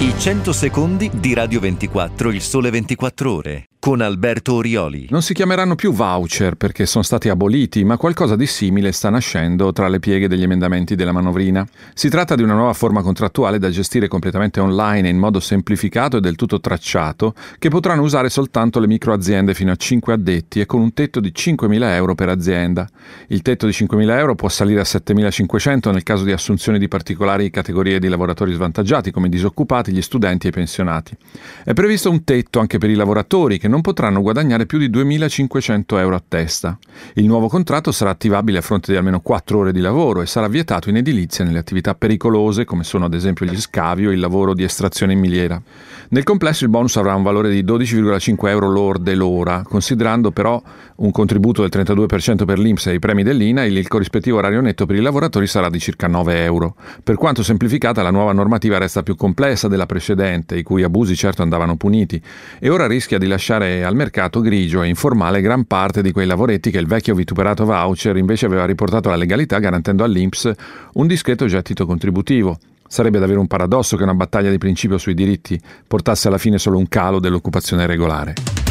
I 100 secondi di Radio 24, il sole 24 ore, con Alberto Orioli. Non si chiameranno più voucher perché sono stati aboliti, ma qualcosa di simile sta nascendo tra le pieghe degli emendamenti della manovrina. Si tratta di una nuova forma contrattuale da gestire completamente online e in modo semplificato e del tutto tracciato, che potranno usare soltanto le microaziende fino a 5 addetti e con un tetto di 5.000 euro per azienda. Il tetto di 5.000 euro può salire a 7.500 nel caso di assunzioni di particolari categorie di lavoratori svantaggiati come i disoccupati, gli studenti e i pensionati. È previsto un tetto anche per i lavoratori che non potranno guadagnare più di 2.500 euro a testa. Il nuovo contratto sarà attivabile a fronte di almeno 4 ore di lavoro e sarà vietato in edilizia nelle attività pericolose come sono ad esempio gli scavi o il lavoro di estrazione in miniera. Nel complesso il bonus avrà un valore di 12,5 euro lorde l'ora, considerando però un contributo del 32% per l'INPS e i premi dell'INAIL, il corrispettivo orario netto per i lavoratori sarà di circa 9 euro. Per quanto semplificata, la nuova normativa resta più complessa della precedente, i cui abusi certo andavano puniti, e ora rischia di lasciare al mercato grigio e informale gran parte di quei lavoretti che il vecchio vituperato voucher invece aveva riportato alla legalità, garantendo all'INPS un discreto gettito contributivo. Sarebbe davvero un paradosso che una battaglia di principio sui diritti portasse alla fine solo un calo dell'occupazione regolare.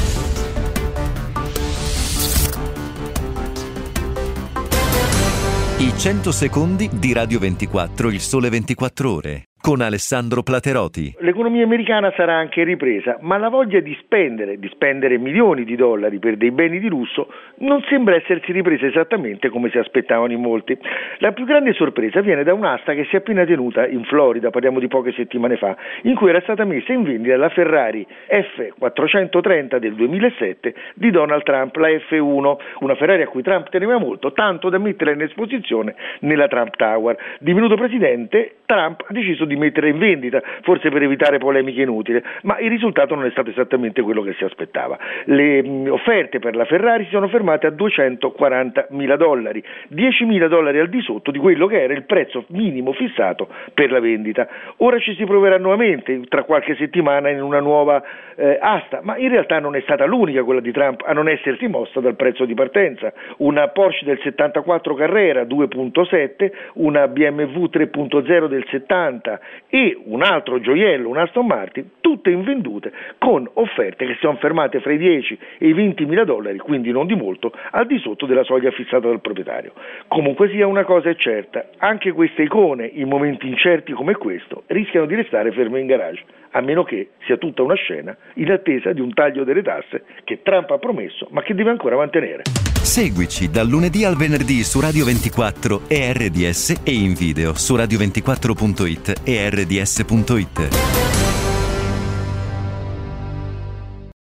I 100 secondi di Radio 24, il sole 24 ore, con Alessandro Plateroti. L'economia americana sarà anche ripresa, ma la voglia di spendere milioni di dollari per dei beni di lusso non sembra essersi ripresa esattamente come si aspettavano in molti. La più grande sorpresa viene da un'asta che si è appena tenuta in Florida, parliamo di poche settimane fa, in cui era stata messa in vendita la Ferrari F430 del 2007 di Donald Trump, la F1, una Ferrari a cui Trump teneva molto, tanto da metterla in esposizione nella Trump Tower. Divenuto presidente, Trump ha deciso di mettere in vendita, forse per evitare polemiche inutili, ma il risultato non è stato esattamente quello che si aspettava. Le offerte per la Ferrari si sono fermate a $240.000, $10.000 al di sotto di quello che era il prezzo minimo fissato per la vendita. Ora ci si proverà nuovamente tra qualche settimana in una nuova asta, ma in realtà non è stata l'unica, quella di Trump, a non essersi mossa dal prezzo di partenza. Una Porsche del 74 Carrera 2.7, una BMW 3.0 del 70 e un altro gioiello, un Aston Martin, tutte invendute con offerte che si sono fermate fra i 10 e i $20.000, quindi non di molto, al di sotto della soglia fissata dal proprietario. Comunque sia, una cosa è certa, anche queste icone in momenti incerti come questo rischiano di restare ferme in garage, a meno che sia tutta una scena in attesa di un taglio delle tasse che Trump ha promesso ma che deve ancora mantenere. Seguici dal lunedì al venerdì su Radio 24 e RDS e in video su radio24.it e rds.it.